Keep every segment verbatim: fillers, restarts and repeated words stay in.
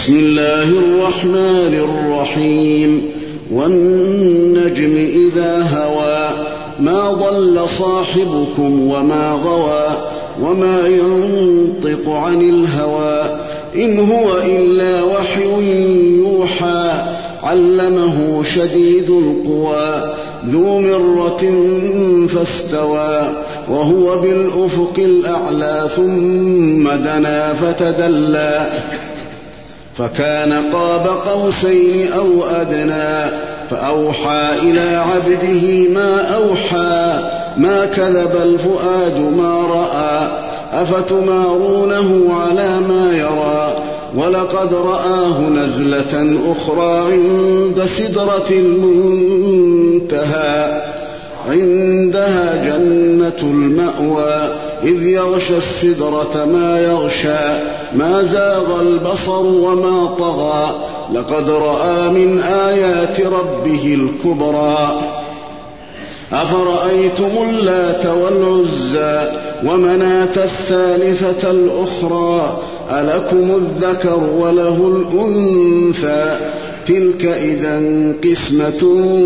بسم الله الرحمن الرحيم والنجم إذا هوى ما ضل صاحبكم وما غوى وما ينطق عن الهوى إن هو إلا وحي يوحى علمه شديد القوى ذو مرة فاستوى وهو بالأفق الأعلى ثم دنا فتدلى فكان قاب قوسين أو أدنى فأوحى إلى عبده ما أوحى ما كذب الفؤاد ما رأى أفتمارونه على ما يرى ولقد رآه نزلة أخرى عند سدرة المنتهى عندها جنة المأوى إذ يغشى السدرة ما يغشى ما زاغ البصر وما طغى لقد رأى من آيات ربه الكبرى أفرأيتم اللات والعزى ومناة الثالثة الأخرى ألكم الذكر وله الأنثى تلك إذا قسمة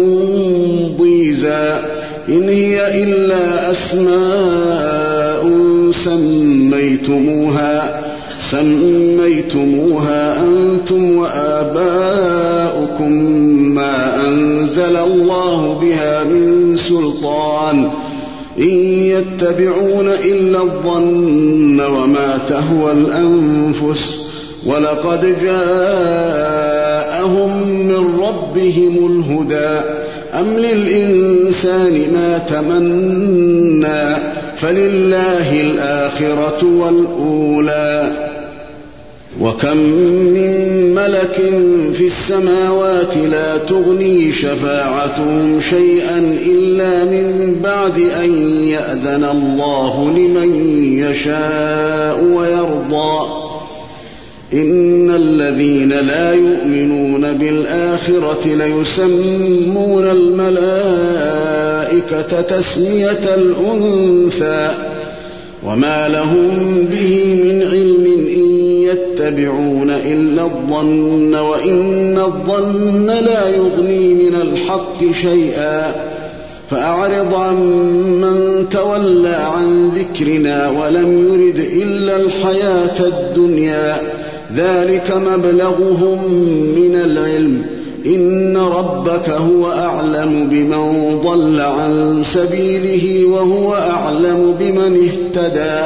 ضيزى إن هي إلا أسماء سميتموها سميتموها أنتم وآباؤكم ما أنزل الله بها من سلطان إن يتبعون إلا الظن وما تهوى الأنفس ولقد جاءهم من ربهم الهدى أم للإنسان ما تمنى فلله الآخرة والأولى وكم من ملك في السماوات لا تغني شفاعتهم شيئا إلا من بعد أن يأذن الله لمن يشاء ويرضى إن الذين لا يؤمنون بالآخرة ليسمون الملائكة تسمية الأنثى وما لهم به من علم إن يتبعون إلا الظن وإن الظن لا يغني من الحق شيئا فأعرض عن من تولى عن ذكرنا ولم يرد إلا الحياة الدنيا ذلك مبلغهم من العلم إن ربك هو أعلم بمن ضل عن سبيله وهو أعلم بمن اهتدى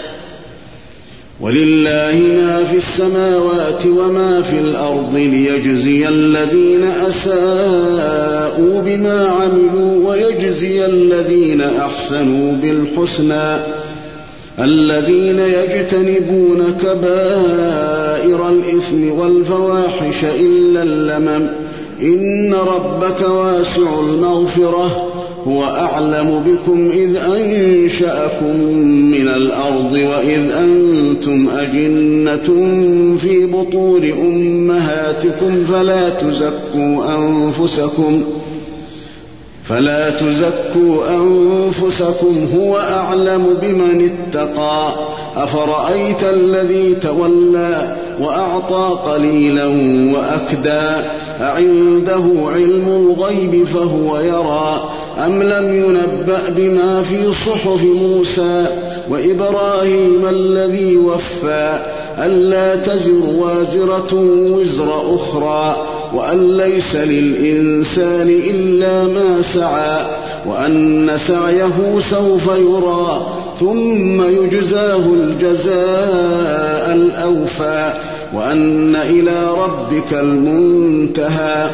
ولله ما في السماوات وما في الأرض ليجزي الذين أساءوا بما عملوا ويجزي الذين أحسنوا بالحسنى الذين يجتنبون كبائر الإثم والفواحش إلا اللمم إن ربك واسع المغفرة هو أعلم بكم إذ أنشأكم من الأرض وإذ أنتم أجنة في بطون أمهاتكم فلا تزكوا أنفسكم فلا تزكوا أنفسكم هو أعلم بمن اتقى أفرأيت الذي تولى وأعطى قليلا وأكدى أعنده علم الغيب فهو يرى أم لم ينبأ بما في صحف موسى وإبراهيم الذي وفى ألا تزر وازرة وزر أخرى وأن ليس للإنسان إلا ما سعى وأن سعيه سوف يرى ثم يجزاه الجزاء الأوفى وأن إلى ربك المنتهى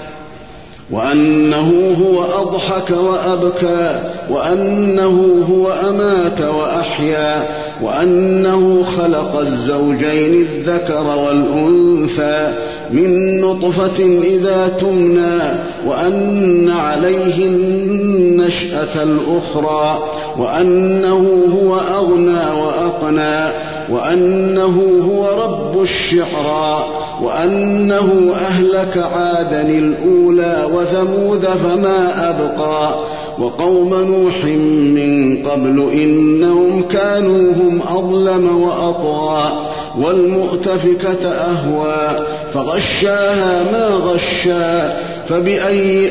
وأنه هو أضحك وأبكى وأنه هو أمات وأحيا وأنه خلق الزوجين الذكر والأنثى من نطفة إذا تمنى وأن عليه النشأة الأخرى وأنه هو أغنى وأقنى وأنه هو رب الشعرى وأنه أهلك عادا الأولى وثمود فما أبقى وقوم نوح من قبل إنهم كانوا هم أظلم وأطغى والمؤتفكة أهوى فغشاها ما غشا فبأي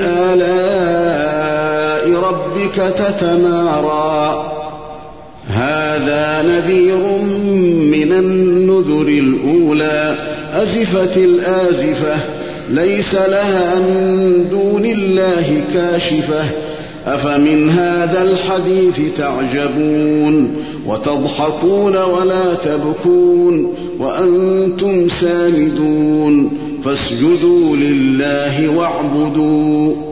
آلاء ربك تتمارى هذا نذير من النذر الأولى أزفت الآزفة ليس لها من دون الله كاشفة أفمن هذا الحديث تعجبون وتضحكون ولا تبكون وأنتم سامدون فاسجدوا لله واعبدوا